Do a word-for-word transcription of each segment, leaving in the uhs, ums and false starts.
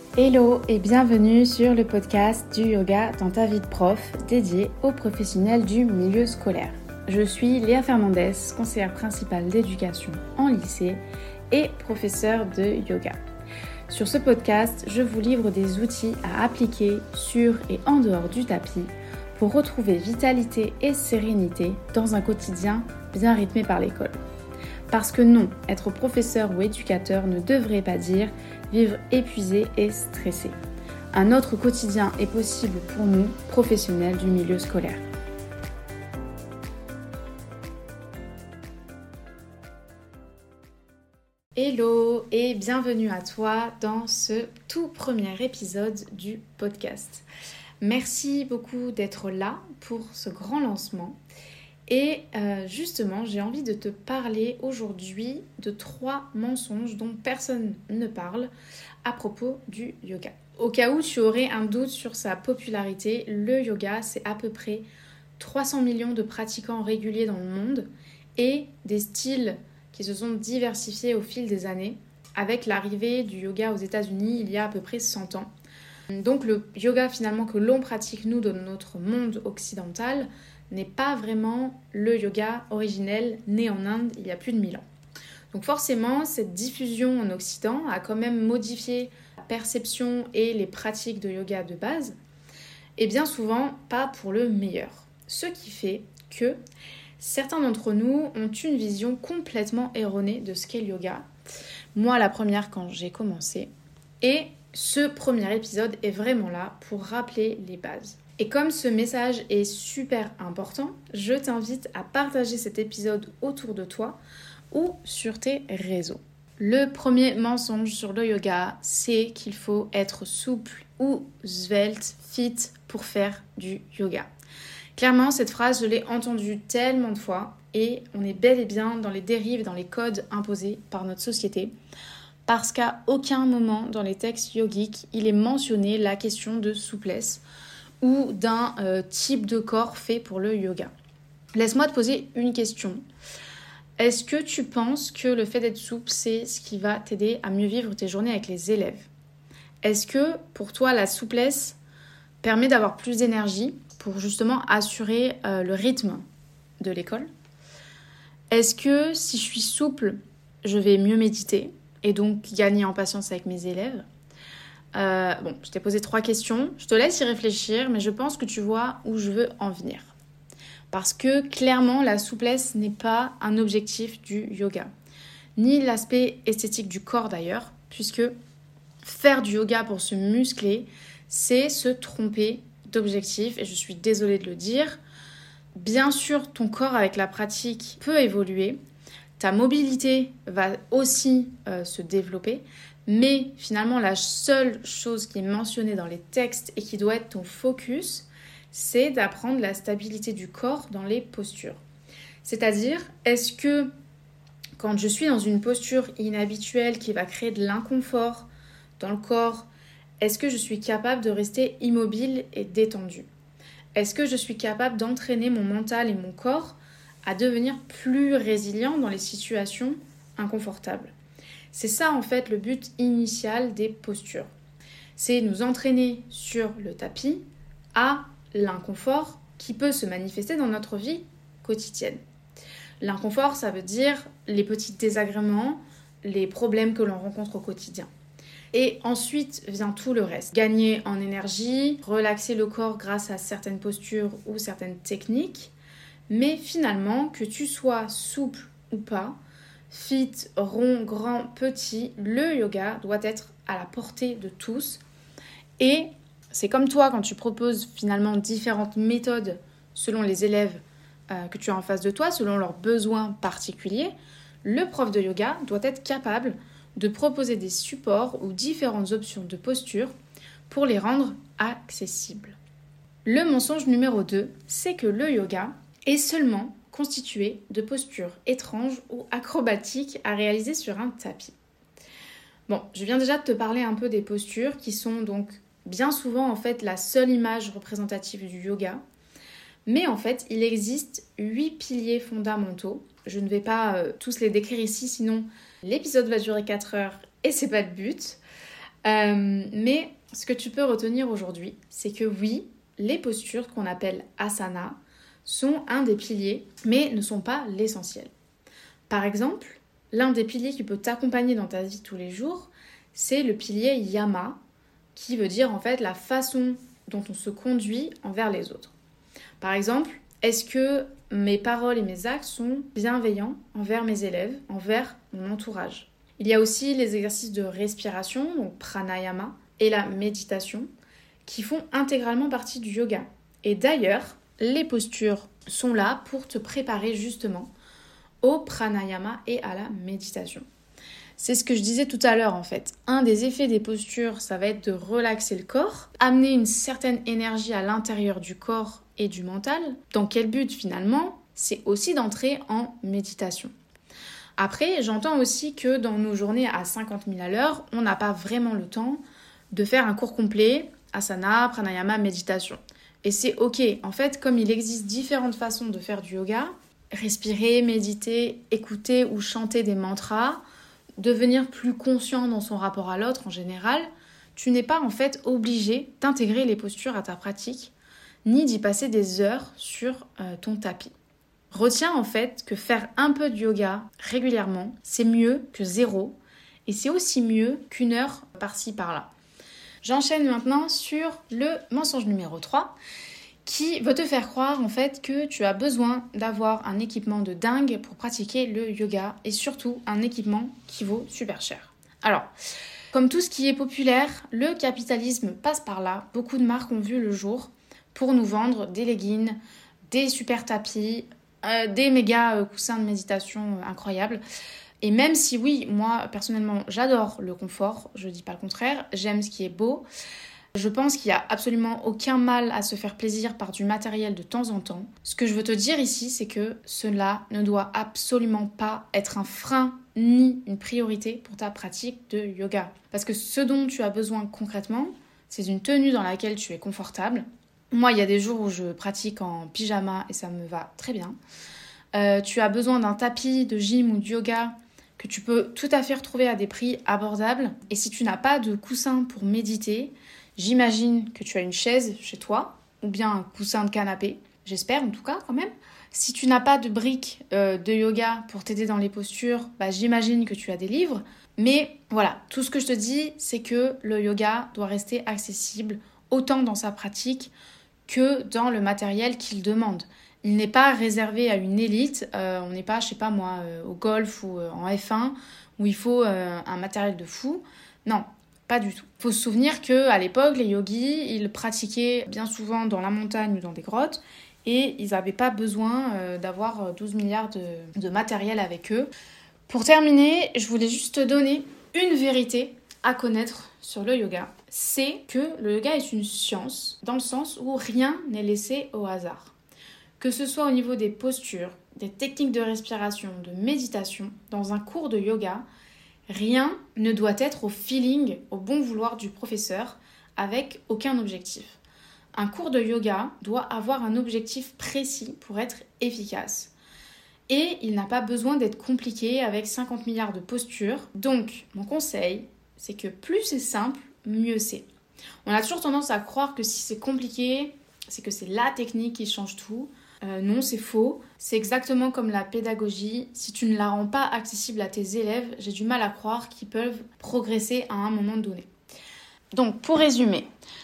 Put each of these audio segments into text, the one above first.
Hello et bienvenue sur le podcast du yoga dans ta vie de prof dédié aux professionnels du milieu scolaire. Je suis Léa Fernandez, conseillère principale d'éducation en lycée et professeure de yoga. Sur ce podcast, je vous livre des outils à appliquer sur et en dehors du tapis pour retrouver vitalité et sérénité dans un quotidien bien rythmé par l'école. Parce que non, être professeur ou éducateur ne devrait pas dire vivre épuisé et stressé. Un autre quotidien est possible pour nous, professionnels du milieu scolaire. Hello et bienvenue à toi dans ce tout premier épisode du podcast. Merci beaucoup d'être là pour ce grand lancement. Et euh, justement, j'ai envie de te parler aujourd'hui de trois mensonges dont personne ne parle à propos du yoga. Au cas où tu aurais un doute sur sa popularité, le yoga, c'est à peu près trois cents millions de pratiquants réguliers dans le monde et des styles qui se sont diversifiés au fil des années avec l'arrivée du yoga aux États-Unis il y a à peu près cent ans. Donc le yoga finalement que l'on pratique nous dans notre monde occidental n'est pas vraiment le yoga originel né en Inde il y a plus de mille ans. Donc forcément, cette diffusion en Occident a quand même modifié la perception et les pratiques de yoga de base, et bien souvent pas pour le meilleur. Ce qui fait que certains d'entre nous ont une vision complètement erronée de ce qu'est le yoga. Moi, la première quand j'ai commencé. Et ce premier épisode est vraiment là pour rappeler les bases. Et comme ce message est super important, je t'invite à partager cet épisode autour de toi ou sur tes réseaux. Le premier mensonge sur le yoga, c'est qu'il faut être souple ou svelte, fit pour faire du yoga. Clairement, cette phrase, je l'ai entendue tellement de fois et on est bel et bien dans les dérives, dans les codes imposés par notre société. Parce qu'à aucun moment dans les textes yogiques, il est mentionné la question de souplesse ou d'un euh, type de corps fait pour le yoga. Laisse-moi te poser une question. Est-ce que tu penses que le fait d'être souple, c'est ce qui va t'aider à mieux vivre tes journées avec les élèves ? Est-ce que pour toi, la souplesse permet d'avoir plus d'énergie pour justement assurer euh, le rythme de l'école ? Est-ce que si je suis souple, je vais mieux méditer et donc gagner en patience avec mes élèves ? Euh, bon, je t'ai posé trois questions, je te laisse y réfléchir, mais je pense que tu vois où je veux en venir. Parce que clairement, la souplesse n'est pas un objectif du yoga, ni l'aspect esthétique du corps d'ailleurs, puisque faire du yoga pour se muscler, c'est se tromper d'objectif, et je suis désolée de le dire. Bien sûr, ton corps avec la pratique peut évoluer, ta mobilité va aussi euh, se développer, mais finalement, la seule chose qui est mentionnée dans les textes et qui doit être ton focus, c'est d'apprendre la stabilité du corps dans les postures. C'est-à-dire, est-ce que quand je suis dans une posture inhabituelle qui va créer de l'inconfort dans le corps, est-ce que je suis capable de rester immobile et détendue ? Est-ce que je suis capable d'entraîner mon mental et mon corps à devenir plus résilient dans les situations inconfortables ? C'est ça en fait le but initial des postures. C'est nous entraîner sur le tapis à l'inconfort qui peut se manifester dans notre vie quotidienne. L'inconfort, ça veut dire les petits désagréments, les problèmes que l'on rencontre au quotidien. Et ensuite vient tout le reste. Gagner en énergie, relaxer le corps grâce à certaines postures ou certaines techniques, mais finalement, que tu sois souple ou pas, fit, rond, grand, petit, le yoga doit être à la portée de tous. Et c'est comme toi quand tu proposes finalement différentes méthodes selon les élèves euh, que tu as en face de toi, selon leurs besoins particuliers, le prof de yoga doit être capable de proposer des supports ou différentes options de posture pour les rendre accessibles. Le mensonge numéro deux, c'est que le yoga est seulement constitué de postures étranges ou acrobatiques à réaliser sur un tapis. Bon, je viens déjà de te parler un peu des postures qui sont donc bien souvent en fait la seule image représentative du yoga. Mais en fait, il existe huit piliers fondamentaux. Je ne vais pas euh, tous les décrire ici, sinon l'épisode va durer quatre heures et c'est pas le but. Euh, mais ce que tu peux retenir aujourd'hui, c'est que oui, les postures qu'on appelle asana sont un des piliers, mais ne sont pas l'essentiel. Par exemple, l'un des piliers qui peut t'accompagner dans ta vie tous les jours, c'est le pilier yama, qui veut dire en fait la façon dont on se conduit envers les autres. Par exemple, est-ce que mes paroles et mes actes sont bienveillants envers mes élèves, envers mon entourage? Il y a aussi les exercices de respiration, donc pranayama, et la méditation, qui font intégralement partie du yoga. Et d'ailleurs, les postures sont là pour te préparer justement au pranayama et à la méditation. C'est ce que je disais tout à l'heure en fait. Un des effets des postures, ça va être de relaxer le corps, amener une certaine énergie à l'intérieur du corps et du mental. Dans quel but finalement? C'est aussi d'entrer en méditation. Après, j'entends aussi que dans nos journées à cinquante mille à l'heure, on n'a pas vraiment le temps de faire un cours complet, asana, pranayama, méditation. Et c'est ok. En fait, comme il existe différentes façons de faire du yoga, respirer, méditer, écouter ou chanter des mantras, devenir plus conscient dans son rapport à l'autre en général, tu n'es pas en fait obligé d'intégrer les postures à ta pratique, ni d'y passer des heures sur euh, ton tapis. Retiens en fait que faire un peu de yoga régulièrement, c'est mieux que zéro, et c'est aussi mieux qu'une heure par-ci par-là. J'enchaîne maintenant sur le mensonge numéro trois, qui veut te faire croire en fait que tu as besoin d'avoir un équipement de dingue pour pratiquer le yoga et surtout un équipement qui vaut super cher. Alors, comme tout ce qui est populaire, le capitalisme passe par là. Beaucoup de marques ont vu le jour pour nous vendre des leggings, des super tapis, euh, des méga euh, coussins de méditation euh, incroyables. Et même si oui, moi personnellement j'adore le confort, je dis pas le contraire, j'aime ce qui est beau. Je pense qu'il n'y a absolument aucun mal à se faire plaisir par du matériel de temps en temps. Ce que je veux te dire ici, c'est que cela ne doit absolument pas être un frein ni une priorité pour ta pratique de yoga. Parce que ce dont tu as besoin concrètement, c'est une tenue dans laquelle tu es confortable. Moi, il y a des jours où je pratique en pyjama et ça me va très bien. Euh, tu as besoin d'un tapis de gym ou de yoga que tu peux tout à fait retrouver à des prix abordables. Et si tu n'as pas de coussin pour méditer, j'imagine que tu as une chaise chez toi, ou bien un coussin de canapé, j'espère en tout cas quand même. Si tu n'as pas de briques euh, de yoga pour t'aider dans les postures, bah, j'imagine que tu as des livres. Mais voilà, tout ce que je te dis, c'est que le yoga doit rester accessible autant dans sa pratique que dans le matériel qu'il demande. Il n'est pas réservé à une élite, euh, on n'est pas, je sais pas moi, euh, au golf ou euh, en F un, où il faut euh, un matériel de fou. Non. Pas du tout. Il faut se souvenir qu'à l'époque, les yogis, ils pratiquaient bien souvent dans la montagne ou dans des grottes et ils n'avaient pas besoin euh, d'avoir douze milliards de, de matériel avec eux. Pour terminer, je voulais juste te donner une vérité à connaître sur le yoga. C'est que le yoga est une science dans le sens où rien n'est laissé au hasard. Que ce soit au niveau des postures, des techniques de respiration, de méditation, dans un cours de yoga, rien ne doit être au feeling, au bon vouloir du professeur, avec aucun objectif. Un cours de yoga doit avoir un objectif précis pour être efficace. Et il n'a pas besoin d'être compliqué avec cinquante milliards de postures. Donc, mon conseil, c'est que plus c'est simple, mieux c'est. On a toujours tendance à croire que si c'est compliqué, c'est que c'est la technique qui change tout. Euh, non, c'est faux. C'est exactement comme la pédagogie. Si tu ne la rends pas accessible à tes élèves, j'ai du mal à croire qu'ils peuvent progresser à un moment donné. Donc, pour résumer,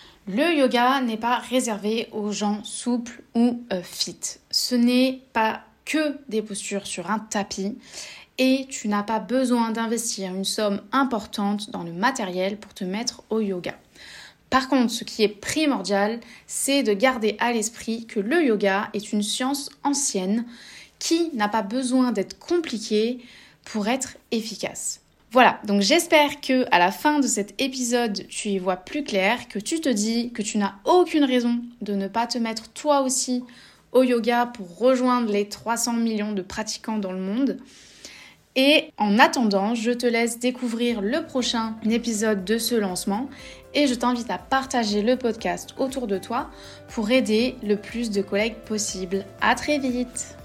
le yoga n'est pas réservé aux gens souples ou euh, fit. Ce n'est pas que des postures sur un tapis et tu n'as pas besoin d'investir une somme importante dans le matériel pour te mettre au yoga. Par contre, ce qui est primordial, c'est de garder à l'esprit que le yoga est une science ancienne qui n'a pas besoin d'être compliquée pour être efficace. Voilà, donc j'espère que à la fin de cet épisode, tu y vois plus clair, que tu te dis que tu n'as aucune raison de ne pas te mettre toi aussi au yoga pour rejoindre les trois cents millions de pratiquants dans le monde. Et en attendant, je te laisse découvrir le prochain épisode de ce lancement et je t'invite à partager le podcast autour de toi pour aider le plus de collègues possible. À très vite!